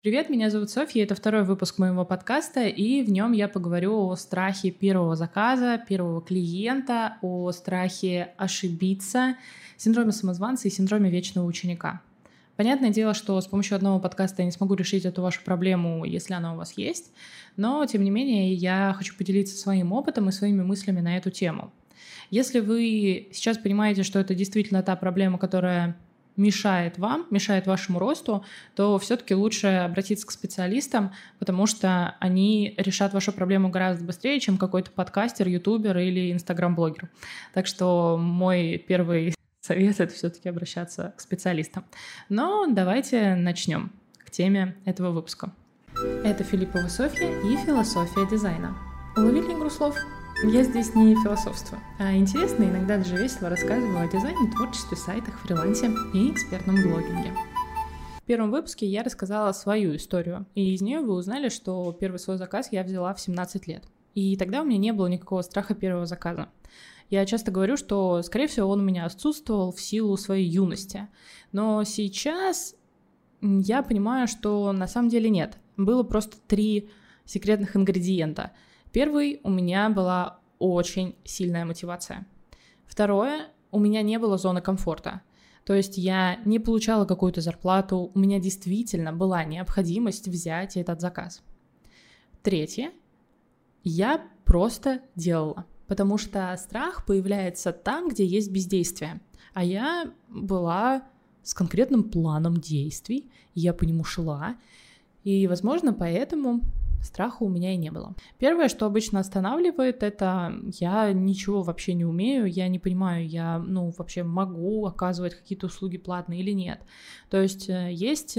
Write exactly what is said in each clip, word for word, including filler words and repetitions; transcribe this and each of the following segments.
Привет, меня зовут Софья, это второй выпуск моего подкаста, и в нем я поговорю о страхе первого заказа, первого клиента, о страхе ошибиться, синдроме самозванца и синдроме вечного ученика. Понятное дело, что с помощью одного подкаста я не смогу решить эту вашу проблему, если она у вас есть, но, тем не менее, я хочу поделиться своим опытом и своими мыслями на эту тему. Если вы сейчас понимаете, что это действительно та проблема, которая мешает вам, мешает вашему росту, то все-таки лучше обратиться к специалистам, потому что они решат вашу проблему гораздо быстрее, чем какой-то подкастер, ютубер или инстаграм-блогер. Так что мой первый совет — это все-таки обращаться к специалистам. Но давайте начнем к теме этого выпуска. Это Филиппова Софья и философия дизайна. Уловили игру слов? Я здесь не философствую, а интересно, иногда даже весело рассказываю о дизайне, творчестве, сайтах, фрилансе и экспертном блогинге. В первом выпуске я рассказала свою историю, и из нее вы узнали, что первый свой заказ я взяла в семнадцать лет. И тогда у меня не было никакого страха первого заказа. Я часто говорю, что, скорее всего, он у меня отсутствовал в силу своей юности. Но сейчас я понимаю, что на самом деле нет. Было просто три секретных ингредиента. Первый, у меня была очень сильная мотивация. Второе, у меня не было зоны комфорта. То есть я не получала какую-то зарплату, у меня действительно была необходимость взять этот заказ. Третье, я просто делала, потому что страх появляется там, где есть бездействие. А я была с конкретным планом действий, я по нему шла, и, возможно, поэтому страха у меня и не было. Первое, что обычно останавливает, это я ничего вообще не умею, я не понимаю, я, ну, вообще могу оказывать какие-то услуги платные или нет. То есть есть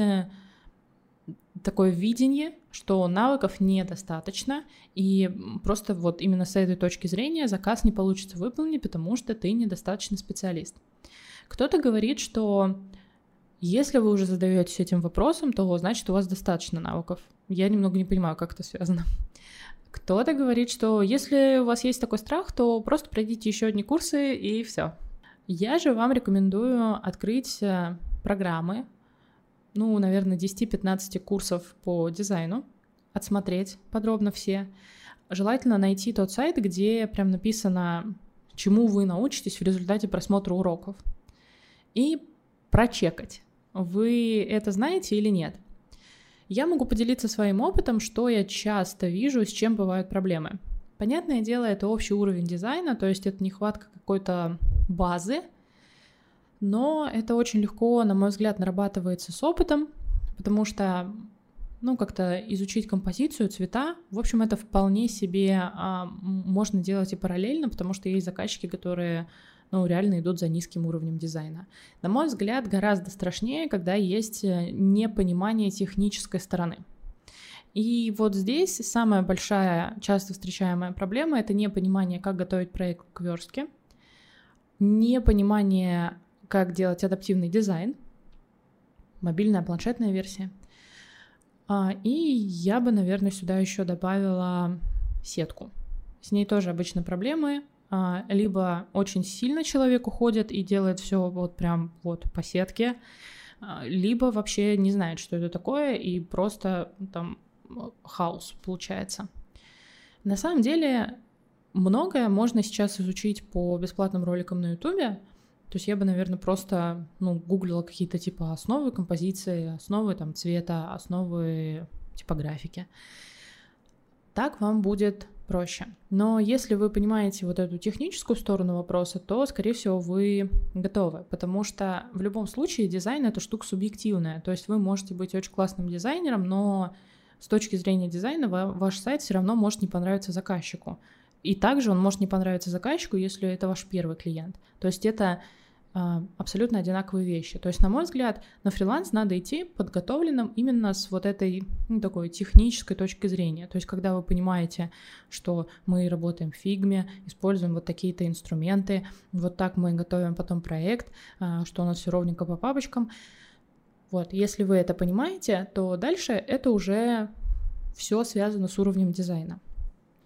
такое видение, что навыков недостаточно, и просто вот именно с этой точки зрения заказ не получится выполнить, потому что ты недостаточно специалист. Кто-то говорит, что если вы уже задаетесь этим вопросом, то значит у вас достаточно навыков. Я немного не понимаю, как это связано. Кто-то говорит, что если у вас есть такой страх, то просто пройдите еще одни курсы и все. Я же вам рекомендую открыть программы, ну, наверное, десять-пятнадцать курсов по дизайну, отсмотреть подробно все. Желательно найти тот сайт, где прям написано, чему вы научитесь в результате просмотра уроков. И прочекать, вы это знаете или нет. Я могу поделиться своим опытом, что я часто вижу, с чем бывают проблемы. Понятное дело, это общий уровень дизайна, то есть это нехватка какой-то базы, но это очень легко, на мой взгляд, нарабатывается с опытом, потому что, ну, как-то изучить композицию, цвета, в общем, это вполне себе а, можно делать и параллельно, потому что есть заказчики, которые ну, реально идут за низким уровнем дизайна. На мой взгляд, гораздо страшнее, когда есть непонимание технической стороны. И вот здесь самая большая, часто встречаемая проблема — это непонимание, как готовить проект к верстке, непонимание, как делать адаптивный дизайн, мобильная, планшетная версия. И я бы, наверное, сюда еще добавила сетку. С ней тоже обычно проблемы. Либо очень сильно человек уходит и делает все вот прям вот по сетке, либо вообще не знает, что это такое, и просто там хаос получается. На самом деле многое можно сейчас изучить по бесплатным роликам на ютубе. То есть я бы, наверное, просто ну, гуглила какие-то типа основы композиции, основы там цвета, основы типографики. Так вам будет проще. Но если вы понимаете вот эту техническую сторону вопроса, то, скорее всего, вы готовы, потому что в любом случае дизайн — это штука субъективная, то есть вы можете быть очень классным дизайнером, но с точки зрения дизайна ваш сайт все равно может не понравиться заказчику. И также он может не понравиться заказчику, если это ваш первый клиент. То есть это абсолютно одинаковые вещи. То есть, на мой взгляд, на фриланс надо идти подготовленным именно с вот этой ну, такой технической точки зрения. То есть, когда вы понимаете, что мы работаем в фигме, используем вот такие-то инструменты, вот так мы готовим потом проект, что у нас все ровненько по папочкам. Вот, если вы это понимаете, то дальше это уже все связано с уровнем дизайна.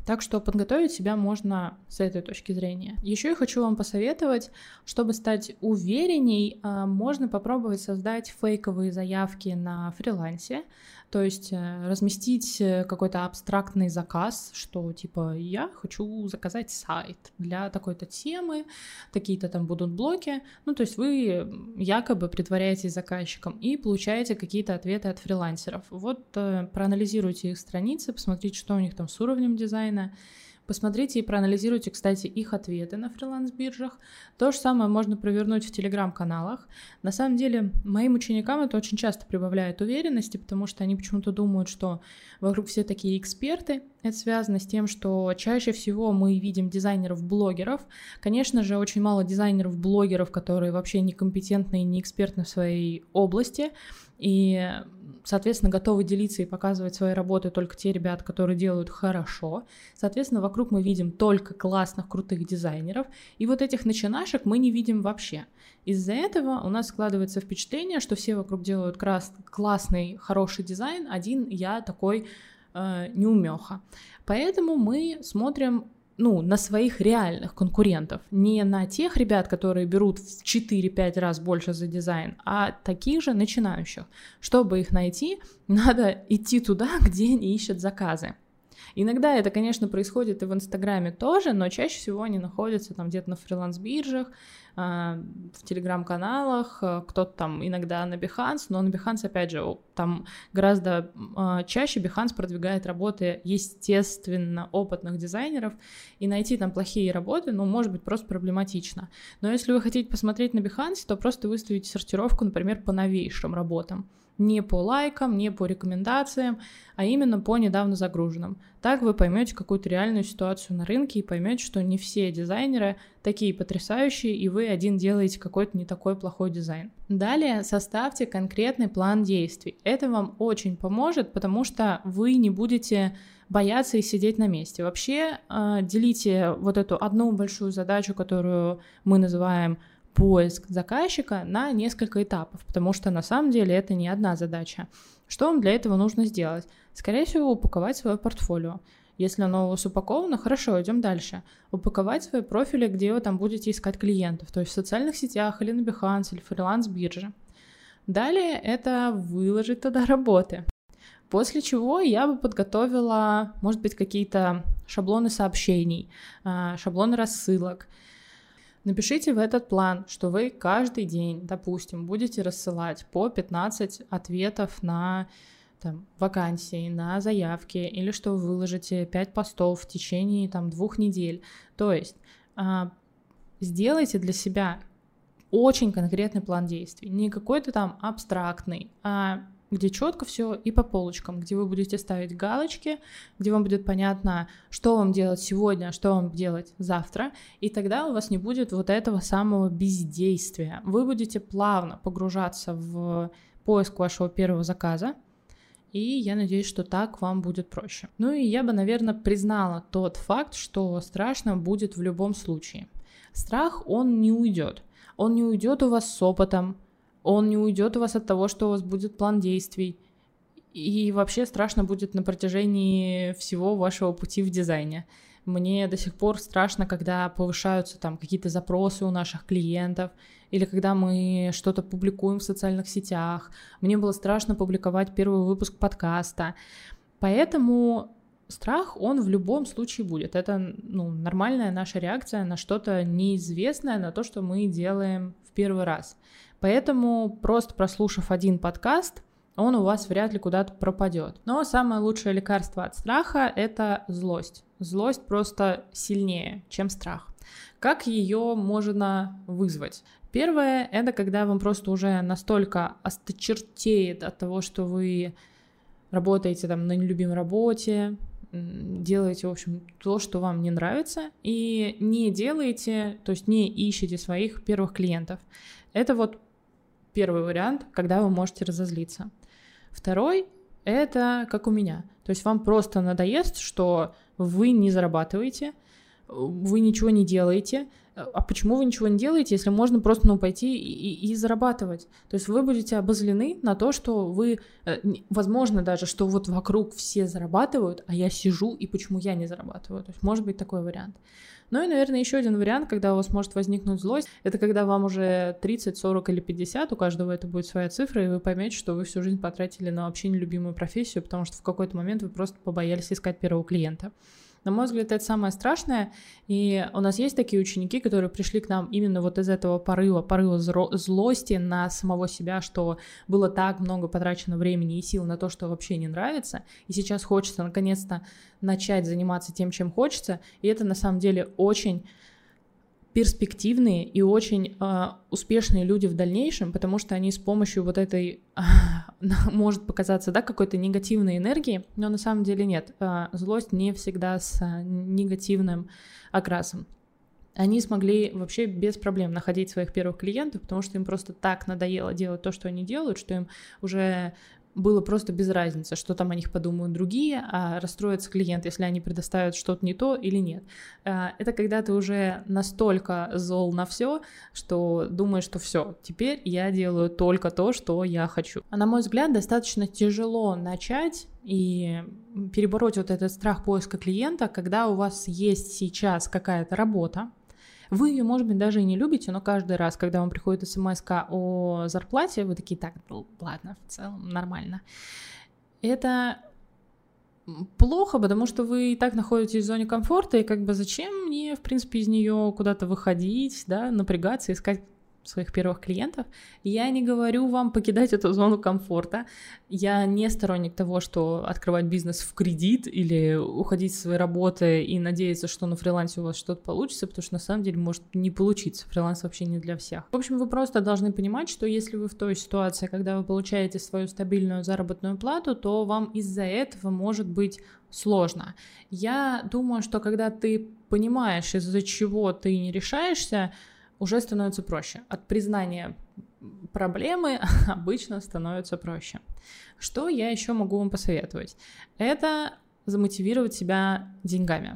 Так что подготовить себя можно с этой точки зрения. Еще я хочу вам посоветовать, чтобы стать уверенней, можно попробовать создать фейковые заявки на фрилансе, то есть разместить какой-то абстрактный заказ, что типа я хочу заказать сайт для такой-то темы, такие-то там будут блоки, ну то есть вы якобы притворяетесь заказчиком и получаете какие-то ответы от фрилансеров. Вот проанализируйте их страницы, посмотрите, что у них там с уровнем дизайна, посмотрите и проанализируйте, кстати, их ответы на фриланс-биржах. То же самое можно провернуть в телеграм-каналах. На самом деле, моим ученикам это очень часто прибавляет уверенности, потому что они почему-то думают, что вокруг все такие эксперты. Это связано с тем, что чаще всего мы видим дизайнеров-блогеров. Конечно же, очень мало дизайнеров-блогеров, которые вообще некомпетентны и не экспертны в своей области. И, соответственно, готовы делиться и показывать свои работы только те ребята, которые делают хорошо. Соответственно, вокруг мы видим только классных, крутых дизайнеров, и вот этих начинашек мы не видим вообще. Из-за этого у нас складывается впечатление, что все вокруг делают крас- классный, хороший дизайн, один я такой э, неумеха. Поэтому мы смотрим ну, на своих реальных конкурентов, не на тех ребят, которые берут в четыре-пять раз больше за дизайн, а таких же начинающих. Чтобы их найти, надо идти туда, где они ищут заказы. Иногда это, конечно, происходит и в Инстаграме тоже, но чаще всего они находятся там где-то на фриланс-биржах, в телеграм-каналах, кто-то там иногда на Behance, но на Behance, опять же, там гораздо чаще Behance продвигает работы, естественно, опытных дизайнеров, и найти там плохие работы, ну, может быть, просто проблематично. Но если вы хотите посмотреть на Behance, то просто выставите сортировку, например, по новейшим работам. Не по лайкам, не по рекомендациям, а именно по недавно загруженным. Так вы поймете какую-то реальную ситуацию на рынке и поймете, что не все дизайнеры такие потрясающие, и вы один делаете какой-то не такой плохой дизайн. Далее составьте конкретный план действий. Это вам очень поможет, потому что вы не будете бояться и сидеть на месте. Вообще делите вот эту одну большую задачу, которую мы называем поиск заказчика, на несколько этапов, потому что на самом деле это не одна задача. Что вам для этого нужно сделать? Скорее всего, упаковать свое портфолио. Если оно у вас упаковано, хорошо, идем дальше. Упаковать свои профили, где вы там будете искать клиентов, то есть в социальных сетях или на Behance, или фриланс-бирже. Далее это выложить туда работы. После чего я бы подготовила, может быть, какие-то шаблоны сообщений, шаблоны рассылок. Напишите в этот план, что вы каждый день, допустим, будете рассылать по пятнадцать ответов на там, вакансии, на заявки, или что вы выложите пять постов в течение там, двух недель. То есть а, сделайте для себя очень конкретный план действий, не какой-то там абстрактный, а где четко все и по полочкам, где вы будете ставить галочки, где вам будет понятно, что вам делать сегодня, а что вам делать завтра, и тогда у вас не будет вот этого самого бездействия. Вы будете плавно погружаться в поиск вашего первого заказа, и я надеюсь, что так вам будет проще. Ну и я бы, наверное, признала тот факт, что страшно будет в любом случае. Страх, он не уйдет. Он не уйдет у вас с опытом, он не уйдет у вас от того, что у вас будет план действий. И вообще страшно будет на протяжении всего вашего пути в дизайне. Мне до сих пор страшно, когда повышаются там какие-то запросы у наших клиентов, или когда мы что-то публикуем в социальных сетях. Мне было страшно публиковать первый выпуск подкаста. Поэтому страх, он в любом случае будет. Это ну, нормальная наша реакция на что-то неизвестное, на то, что мы делаем в первый раз. Поэтому просто прослушав один подкаст, он у вас вряд ли куда-то пропадет. Но самое лучшее лекарство от страха — это злость. Злость просто сильнее, чем страх. Как ее можно вызвать? Первое — это когда вам просто уже настолько осточертеет от того, что вы работаете там на нелюбимой работе, делаете, в общем, то, что вам не нравится, и не делаете, то есть не ищете своих первых клиентов. Это вот первый вариант, когда вы можете разозлиться. Второй — это как у меня. То есть вам просто надоест, что вы не зарабатываете, вы ничего не делаете. А почему вы ничего не делаете, если можно просто, ну, пойти и, и, и зарабатывать? То есть вы будете обозлены на то, что вы, возможно даже, что вот вокруг все зарабатывают, а я сижу, и почему я не зарабатываю? То есть может быть такой вариант. Ну и, наверное, еще один вариант, когда у вас может возникнуть злость, это когда вам уже тридцать, сорок или пятьдесят, у каждого это будет своя цифра, и вы поймете, что вы всю жизнь потратили на вообще нелюбимую профессию, потому что в какой-то момент вы просто побоялись искать первого клиента. На мой взгляд, это самое страшное, и у нас есть такие ученики, которые пришли к нам именно вот из этого порыва, порыва злости на самого себя, что было так много потрачено времени и сил на то, что вообще не нравится, и сейчас хочется наконец-то начать заниматься тем, чем хочется, и это на самом деле очень перспективные и очень э, успешные люди в дальнейшем, потому что они с помощью вот этой, э, может показаться, да, какой-то негативной энергии, но на самом деле нет. Э, злость не всегда с э, негативным окрасом. Они смогли вообще без проблем находить своих первых клиентов, потому что им просто так надоело делать то, что они делают, что им уже было просто без разницы, что там о них подумают другие, а расстроится клиент, если они предоставят что-то не то или нет. Это когда ты уже настолько зол на все, что думаешь, что все, теперь я делаю только то, что я хочу. А на мой взгляд, достаточно тяжело начать и перебороть вот этот страх поиска клиента, когда у вас есть сейчас какая-то работа. Вы ее, может быть, даже и не любите, но каждый раз, когда вам приходит смс-ка о зарплате, вы такие, так, ну, ладно, в целом нормально. Это плохо, потому что вы и так находитесь в зоне комфорта, и как бы зачем мне, в принципе, из нее куда-то выходить, да, напрягаться, искать своих первых клиентов. Я не говорю вам покидать эту зону комфорта. Я не сторонник того, что открывать бизнес в кредит или уходить с своей работы и надеяться, что на фрилансе у вас что-то получится, потому что на самом деле может не получиться. Фриланс вообще не для всех. В общем, вы просто должны понимать, что если вы в той ситуации, когда вы получаете свою стабильную заработную плату, то вам из-за этого может быть сложно. Я думаю, что когда ты понимаешь, из-за чего ты не решаешься, уже становится проще. От признания проблемы обычно становится проще. Что я еще могу вам посоветовать? Это замотивировать себя деньгами.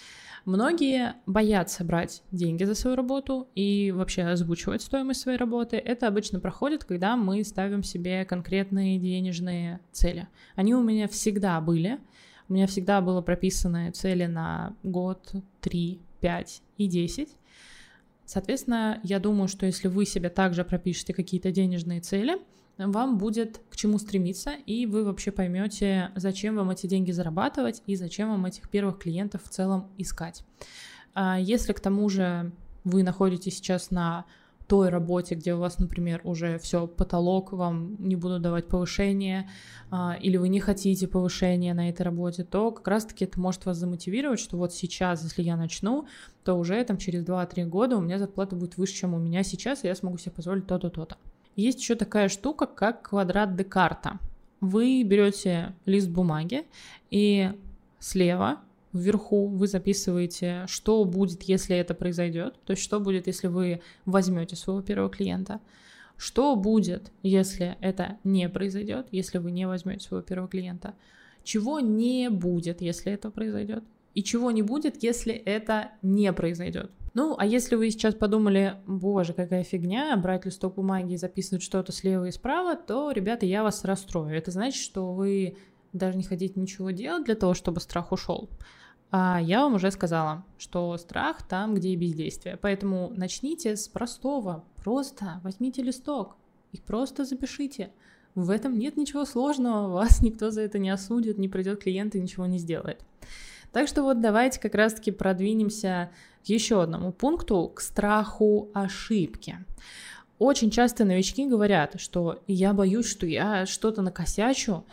Многие боятся брать деньги за свою работу и вообще озвучивать стоимость своей работы. Это обычно проходит, когда мы ставим себе конкретные денежные цели. Они у меня всегда были. У меня всегда было прописаны цели на год, три, пять и десять. Соответственно, я думаю, что если вы себе также пропишете какие-то денежные цели, вам будет к чему стремиться, и вы вообще поймете, зачем вам эти деньги зарабатывать и зачем вам этих первых клиентов в целом искать. Если к тому же вы находитесь сейчас на той работе, где у вас, например, уже все, потолок, вам не будут давать повышения, или вы не хотите повышения на этой работе, то как раз-таки это может вас замотивировать, что вот сейчас, если я начну, то уже там через два-три года у меня зарплата будет выше, чем у меня сейчас, и я смогу себе позволить то-то, то-то. Есть еще такая штука, как квадрат Декарта. Вы берете лист бумаги и слева вверху вы записываете, что будет, если это произойдет, то есть что будет, если вы возьмете своего первого клиента, что будет, если это не произойдет, если вы не возьмете своего первого клиента, чего не будет, если это произойдет, и чего не будет, если это не произойдет. Ну, а если вы сейчас подумали, боже, какая фигня, брать листок бумаги и записывать что-то слева и справа, то, ребята, я вас расстрою. Это значит, что вы даже не хотите ничего делать для того, чтобы страх ушел. А я вам уже сказала, что страх там, где и бездействие. Поэтому начните с простого. Просто возьмите листок и просто запишите. В этом нет ничего сложного, вас никто за это не осудит, не придет клиент и ничего не сделает. Так что вот давайте как раз-таки продвинемся к еще одному пункту, к страху ошибки. Очень часто новички говорят, что я боюсь, что я что-то накосячу,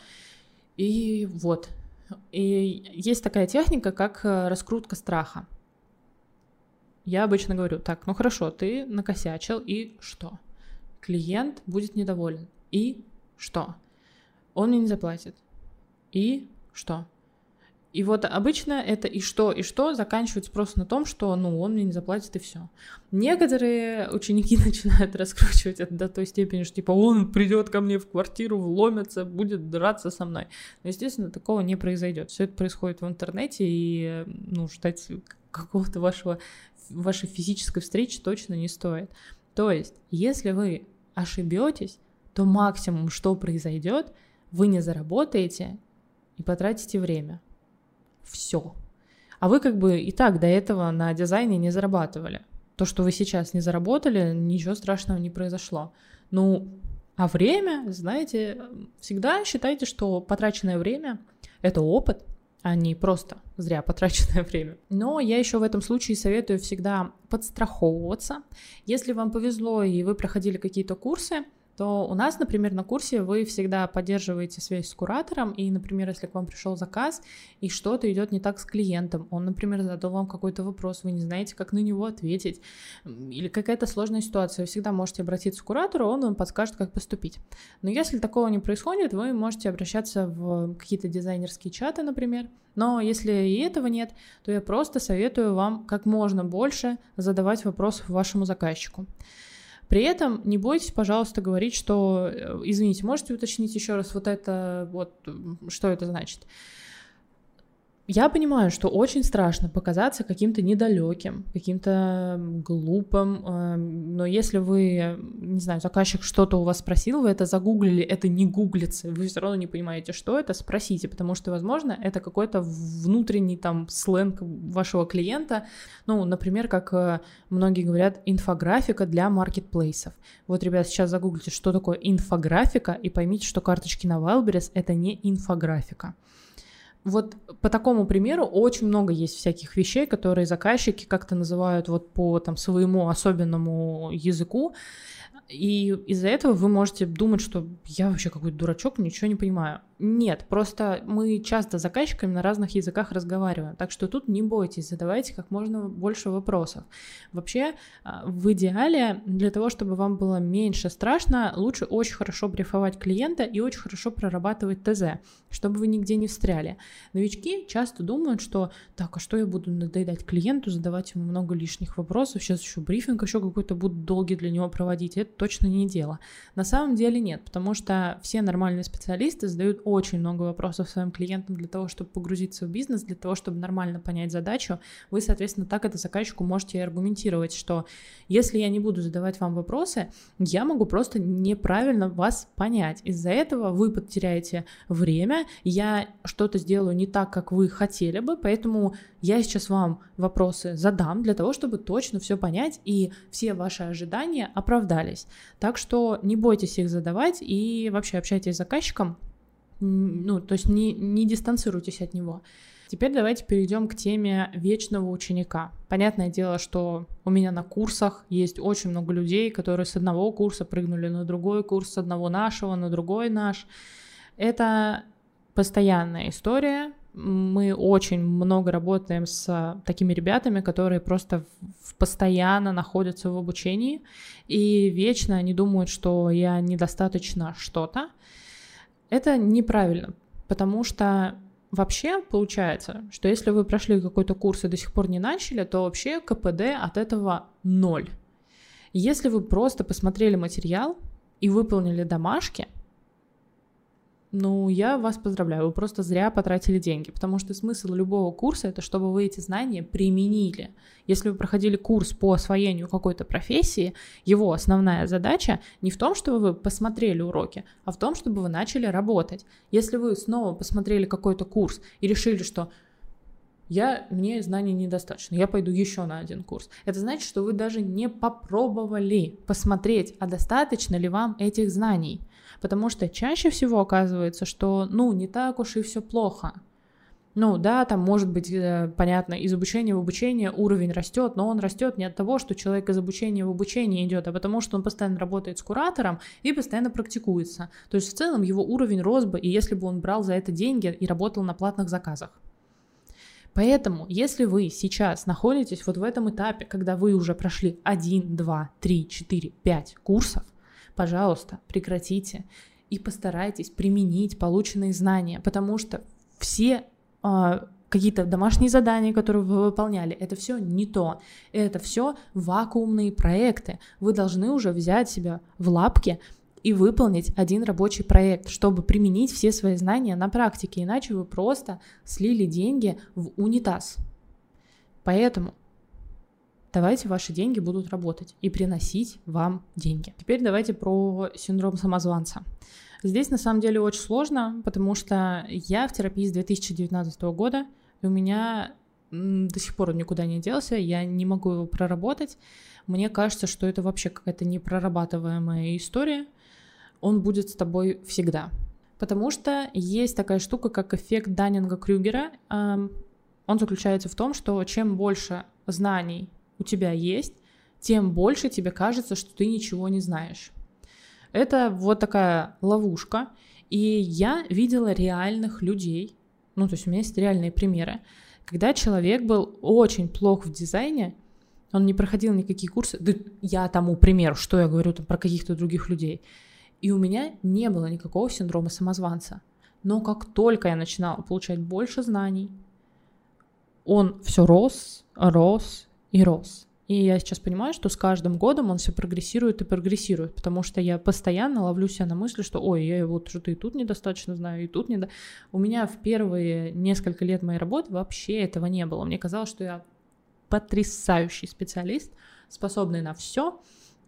и вот. И есть такая техника, как раскрутка страха. Я обычно говорю, так, ну хорошо, ты накосячил, и что? Клиент будет недоволен. И что? Он мне не заплатит. И что? И вот обычно это и что, и что заканчивается просто на том, что, ну, он мне не заплатит, и все. Некоторые ученики начинают раскручивать это до той степени, что, типа, он придет ко мне в квартиру, вломится, будет драться со мной. Но, естественно, такого не произойдет. Все это происходит в интернете, и, ну, ждать какого-то вашего, вашей физической встречи точно не стоит. То есть, если вы ошибетесь, то максимум, что произойдет, вы не заработаете и потратите время. Все. А вы как бы и так до этого на дизайне не зарабатывали. То, что вы сейчас не заработали, ничего страшного не произошло. Ну, а время, знаете, всегда считайте, что потраченное время — это опыт, а не просто зря потраченное время. Но я еще в этом случае советую всегда подстраховываться. Если вам повезло и вы проходили какие-то курсы, то у нас, например, на курсе вы всегда поддерживаете связь с куратором, и, например, если к вам пришел заказ, и что-то идет не так с клиентом, он, например, задал вам какой-то вопрос, вы не знаете, как на него ответить, или какая-то сложная ситуация, вы всегда можете обратиться к куратору, он вам подскажет, как поступить. Но если такого не происходит, вы можете обращаться в какие-то дизайнерские чаты, например, но если и этого нет, то я просто советую вам как можно больше задавать вопросов вашему заказчику. При этом не бойтесь, пожалуйста, говорить, что, извините, можете уточнить еще раз вот это, вот, что это значит? Я понимаю, что очень страшно показаться каким-то недалеким, каким-то глупым, но если вы, не знаю, заказчик что-то у вас спросил, вы это загуглили, это не гуглится, вы все равно не понимаете, что это, спросите, потому что, возможно, это какой-то внутренний там сленг вашего клиента, ну, например, как многие говорят, инфографика для маркетплейсов. Вот, ребят, сейчас загуглите, что такое инфографика, и поймите, что карточки на Wildberries — это не инфографика. Вот по такому примеру очень много есть всяких вещей, которые заказчики как-то называют вот по там своему особенному языку, и из-за этого вы можете думать, что я вообще какой-то дурачок, ничего не понимаю. Нет, просто мы часто с заказчиками на разных языках разговариваем, так что тут не бойтесь, задавайте как можно больше вопросов. Вообще, в идеале, для того, чтобы вам было меньше страшно, лучше очень хорошо брифовать клиента и очень хорошо прорабатывать ТЗ, чтобы вы нигде не встряли. Новички часто думают, что так, а что я буду надоедать клиенту, задавать ему много лишних вопросов, сейчас еще брифинг еще какой-то буду долгий для него проводить, это точно не дело. На самом деле нет, потому что все нормальные специалисты задают очень много вопросов своим клиентам для того, чтобы погрузиться в бизнес, для того, чтобы нормально понять задачу. Вы, соответственно, так это заказчику можете и аргументировать, что если я не буду задавать вам вопросы, я могу просто неправильно вас понять. Из-за этого вы потеряете время, я что-то сделаю не так, как вы хотели бы, поэтому я сейчас вам вопросы задам для того, чтобы точно все понять и все ваши ожидания оправдались. Так что не бойтесь их задавать и вообще общайтесь с заказчиком, ну, то есть не, не дистанцируйтесь от него. Теперь давайте перейдем к теме вечного ученика. Понятное дело, что у меня на курсах есть очень много людей, которые с одного курса прыгнули на другой курс, с одного нашего на другой наш. Это постоянная история. Мы очень много работаем с такими ребятами, которые просто постоянно находятся в обучении и вечно они думают, что я недостаточно что-то. Это неправильно, потому что вообще получается, что если вы прошли какой-то курс и до сих пор не начали, то вообще КПД от этого ноль. Если вы просто посмотрели материал и выполнили домашки, ну, я вас поздравляю, вы просто зря потратили деньги, потому что смысл любого курса — это чтобы вы эти знания применили. Если вы проходили курс по освоению какой-то профессии, его основная задача не в том, чтобы вы посмотрели уроки, а в том, чтобы вы начали работать. Если вы снова посмотрели какой-то курс и решили, что я, мне знаний недостаточно, я пойду еще на один курс, это значит, что вы даже не попробовали посмотреть, а достаточно ли вам этих знаний. Потому что чаще всего оказывается, что, ну, не так уж и все плохо. Ну, да, там может быть, понятно, из обучения в обучение уровень растет, но он растет не от того, что человек из обучения в обучение идет, а потому что он постоянно работает с куратором и постоянно практикуется. То есть в целом его уровень рос бы, и если бы он брал за это деньги и работал на платных заказах. Поэтому, если вы сейчас находитесь вот в этом этапе, когда вы уже прошли один, два, три, четыре, пять курсов, пожалуйста, прекратите и постарайтесь применить полученные знания, потому что все э, какие-то домашние задания, которые вы выполняли, это все не то, это все вакуумные проекты. Вы должны уже взять себя в лапки и выполнить один рабочий проект, чтобы применить все свои знания на практике, иначе вы просто слили деньги в унитаз. Поэтому давайте ваши деньги будут работать и приносить вам деньги. Теперь давайте про синдром самозванца. Здесь на самом деле очень сложно, потому что я в терапии с две тысячи девятнадцатого года, и у меня до сих пор он никуда не делся, я не могу его проработать. Мне кажется, что это вообще какая-то непрорабатываемая история. Он будет с тобой всегда. Потому что есть такая штука, как эффект Даннинга-Крюгера. Он заключается в том, что чем больше знаний у тебя есть, тем больше тебе кажется, что ты ничего не знаешь. Это вот такая ловушка, и я видела реальных людей, ну, то есть у меня есть реальные примеры, когда человек был очень плох в дизайне, он не проходил никакие курсы, да я тому пример, что я говорю там про каких-то других людей, и у меня не было никакого синдрома самозванца, но как только я начинала получать больше знаний, он все рос, рос и рос. И я сейчас понимаю, что с каждым годом он все прогрессирует и прогрессирует, потому что я постоянно ловлю себя на мысли, что ой, я вот что-то и тут недостаточно знаю, и тут не... У меня в первые несколько лет моей работы вообще этого не было. Мне казалось, что я потрясающий специалист, способный на все,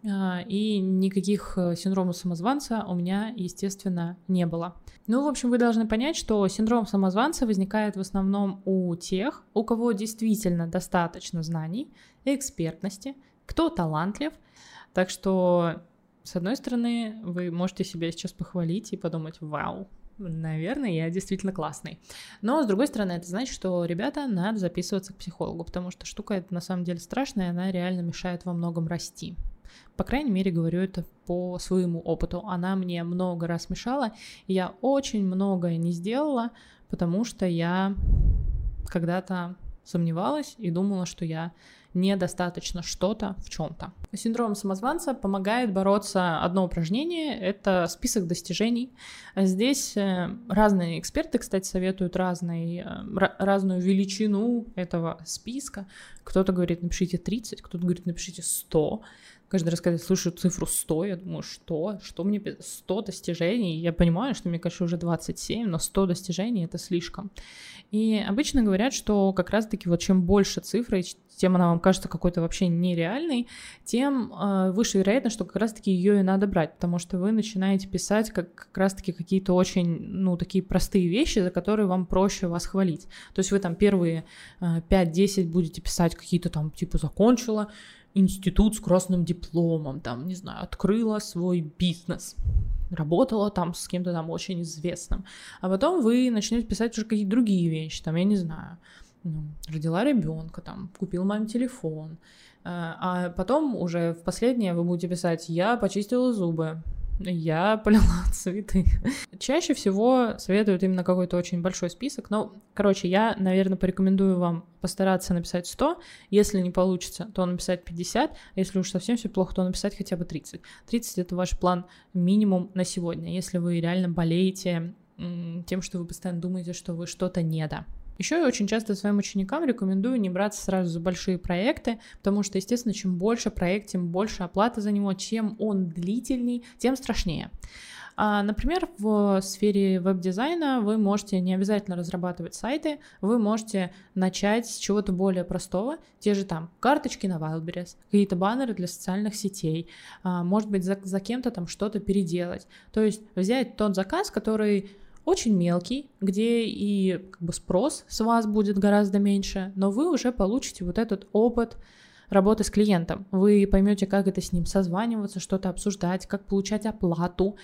и никаких синдромов самозванца у меня, естественно, не было. Ну, в общем, вы должны понять, что синдром самозванца возникает в основном у тех, у кого действительно достаточно знаний, экспертности, кто талантлив. Так что, с одной стороны, вы можете себя сейчас похвалить и подумать: вау, наверное, я действительно классный. Но, с другой стороны, это значит, что, ребята, надо записываться к психологу, потому что штука эта на самом деле страшная, она реально мешает во многом расти. По крайней мере, говорю это по своему опыту. Она мне много раз мешала, и я очень многое не сделала, потому что я когда-то сомневалась и думала, что я недостаточно что-то в чем-то. Синдром самозванца помогает бороться одно упражнение — это список достижений. Здесь разные эксперты, кстати, советуют разный, разную величину этого списка. Кто-то говорит, напишите тридцать, кто-то говорит, напишите сто. Каждый раз, когда я слышу цифру сто, я думаю, что? Что мне сто достижений? Я понимаю, что мне, конечно, уже двадцать семь, но сто достижений — это слишком. И обычно говорят, что как раз-таки вот чем больше цифры, тем она вам кажется какой-то вообще нереальной, тем э, выше вероятность, что как раз-таки ее и надо брать, потому что вы начинаете писать как, как раз-таки какие-то очень, ну, такие простые вещи, за которые вам проще вас хвалить. То есть вы там первые э, пять-десять будете писать какие-то там, типа, закончила институт с красным дипломом, там, не знаю, открыла свой бизнес, работала там с кем-то там очень известным. А потом вы начнете писать уже какие-то другие вещи, там, я не знаю, ну, родила ребенка, там, купила маме телефон. А потом уже в последнее вы будете писать: я почистила зубы, я полила цветы. Чаще всего советуют именно какой-то очень большой список. Но, короче, я, наверное, порекомендую вам постараться написать сто. Если не получится, то написать пятьдесят. А если уж совсем все плохо, то написать хотя бы тридцать. тридцать — это ваш план минимум на сегодня, если вы реально болеете м- тем, что вы постоянно думаете, что вы что-то не до. Еще я очень часто своим ученикам рекомендую не браться сразу за большие проекты, потому что, естественно, чем больше проект, тем больше оплата за него, чем он длительней, тем страшнее. А, например, в сфере веб-дизайна вы можете не обязательно разрабатывать сайты, вы можете начать с чего-то более простого, те же там карточки на Wildberries, какие-то баннеры для социальных сетей, а, может быть, за, за кем-то там что-то переделать. То есть взять тот заказ, который очень мелкий, где и как бы спрос с вас будет гораздо меньше, но вы уже получите вот этот опыт работы с клиентом. Вы поймете, как это с ним созваниваться, что-то обсуждать, как получать оплату.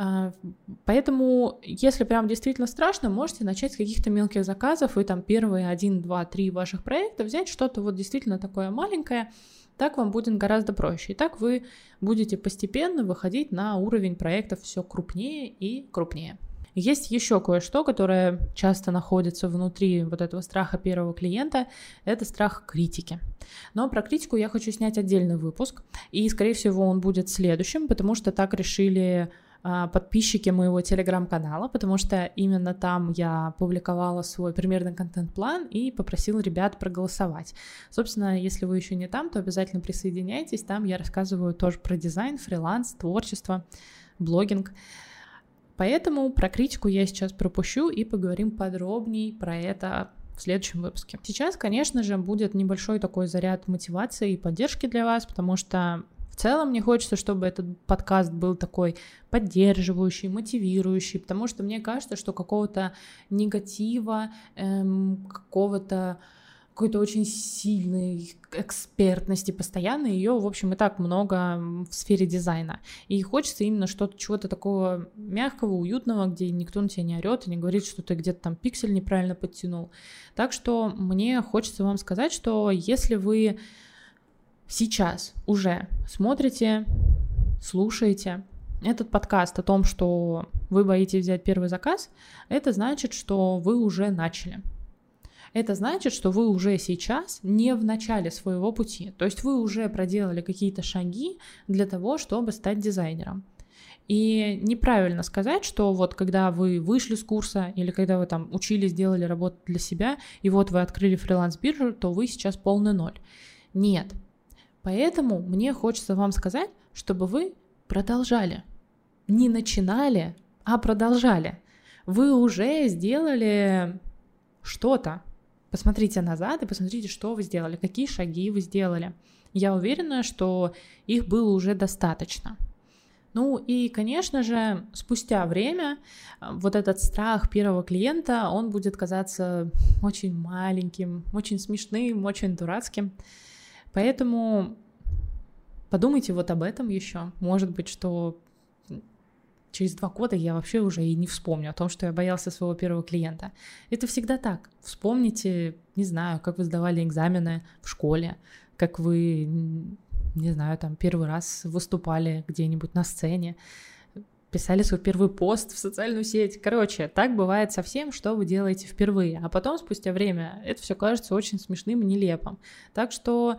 Поэтому, если прям действительно страшно, можете начать с каких-то мелких заказов, и там первые один, два, три ваших проекта взять что-то вот действительно такое маленькое. Так вам будет гораздо проще. И так вы будете постепенно выходить на уровень проектов все крупнее и крупнее. Есть еще кое-что, которое часто находится внутри вот этого страха первого клиента, это страх критики. Но про критику я хочу снять отдельный выпуск, и, скорее всего, он будет следующим, потому что так решили а, подписчики моего телеграм-канала, потому что именно там я публиковала свой примерный контент-план и попросила ребят проголосовать. Собственно, если вы еще не там, то обязательно присоединяйтесь, там я рассказываю тоже про дизайн, фриланс, творчество, блогинг. Поэтому про критику я сейчас пропущу и поговорим подробнее про это в следующем выпуске. Сейчас, конечно же, будет небольшой такой заряд мотивации и поддержки для вас, потому что в целом мне хочется, чтобы этот подкаст был такой поддерживающий, мотивирующий, потому что мне кажется, что какого-то негатива, эм, какого-то какой-то очень сильной экспертности постоянно, ее, в общем, и так много в сфере дизайна. И хочется именно что-то, чего-то такого мягкого, уютного, где никто на тебя не орет и не говорит, что ты где-то там пиксель неправильно подтянул. Так что мне хочется вам сказать, что если вы сейчас уже смотрите, слушаете этот подкаст о том, что вы боитесь взять первый заказ, это значит, что вы уже начали. Это значит, что вы уже сейчас не в начале своего пути. То есть вы уже проделали какие-то шаги для того, чтобы стать дизайнером. И неправильно сказать, что вот когда вы вышли с курса или когда вы там учились, делали работу для себя, и вот вы открыли фриланс-биржу, то вы сейчас полный ноль. Нет. Поэтому мне хочется вам сказать, чтобы вы продолжали. Не начинали, а продолжали. Вы уже сделали что-то. Посмотрите назад и посмотрите, что вы сделали, какие шаги вы сделали. Я уверена, что их было уже достаточно. Ну и, конечно же, спустя время вот этот страх первого клиента, он будет казаться очень маленьким, очень смешным, очень дурацким. Поэтому подумайте вот об этом еще. Может быть, что через два года я вообще уже и не вспомню о том, что я боялся своего первого клиента. Это всегда так. Вспомните, не знаю, как вы сдавали экзамены в школе, как вы, не знаю, там первый раз выступали где-нибудь на сцене, писали свой первый пост в социальную сеть. Короче, так бывает со всем, что вы делаете впервые. А потом, спустя время, это все кажется очень смешным и нелепым. Так что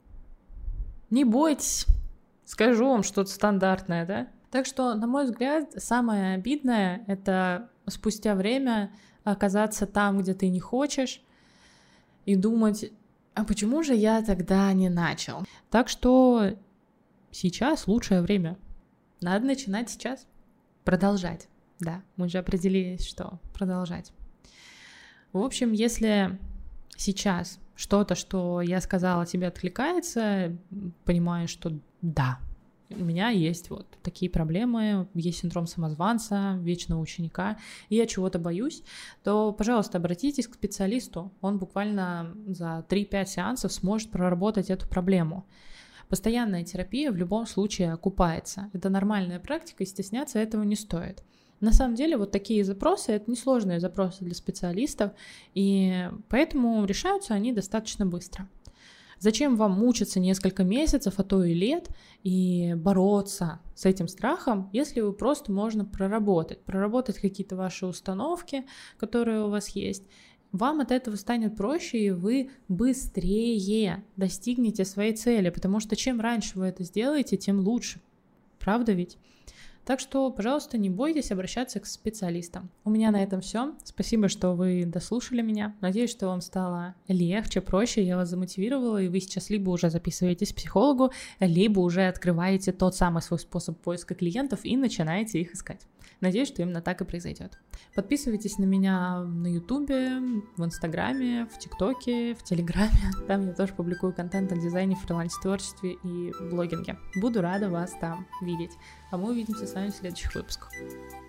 не бойтесь, скажу вам что-то стандартное, да? Так что, на мой взгляд, самое обидное — это спустя время оказаться там, где ты не хочешь, и думать, а почему же я тогда не начал? Так что сейчас лучшее время. Надо начинать сейчас. Продолжать. Да, мы же определились, что продолжать. В общем, если сейчас что-то, что я сказала, тебе откликается, понимаешь, что да, у меня есть вот такие проблемы, есть синдром самозванца, вечного ученика, и я чего-то боюсь, то, пожалуйста, обратитесь к специалисту. Он буквально за три-пять сеансов сможет проработать эту проблему. Постоянная терапия в любом случае окупается. Это нормальная практика, и стесняться этого не стоит. На самом деле вот такие запросы — это несложные запросы для специалистов, и поэтому решаются они достаточно быстро. Зачем вам мучиться несколько месяцев, а то и лет, и бороться с этим страхом, если вы просто можно проработать, проработать какие-то ваши установки, которые у вас есть. Вам от этого станет проще, и вы быстрее достигнете своей цели, потому что чем раньше вы это сделаете, тем лучше. Правда ведь? Так что, пожалуйста, не бойтесь обращаться к специалистам. У меня на этом все. Спасибо, что вы дослушали меня. Надеюсь, что вам стало легче, проще, я вас замотивировала, и вы сейчас либо уже записываетесь к психологу, либо уже открываете тот самый свой способ поиска клиентов и начинаете их искать. Надеюсь, что именно так и произойдет. Подписывайтесь на меня на Ютубе, в Инстаграме, в ТикТоке, в Телеграме. Там я тоже публикую контент о дизайне, фриланс-творчестве и блогинге. Буду рада вас там видеть. А мы увидимся с вами в следующих выпусках.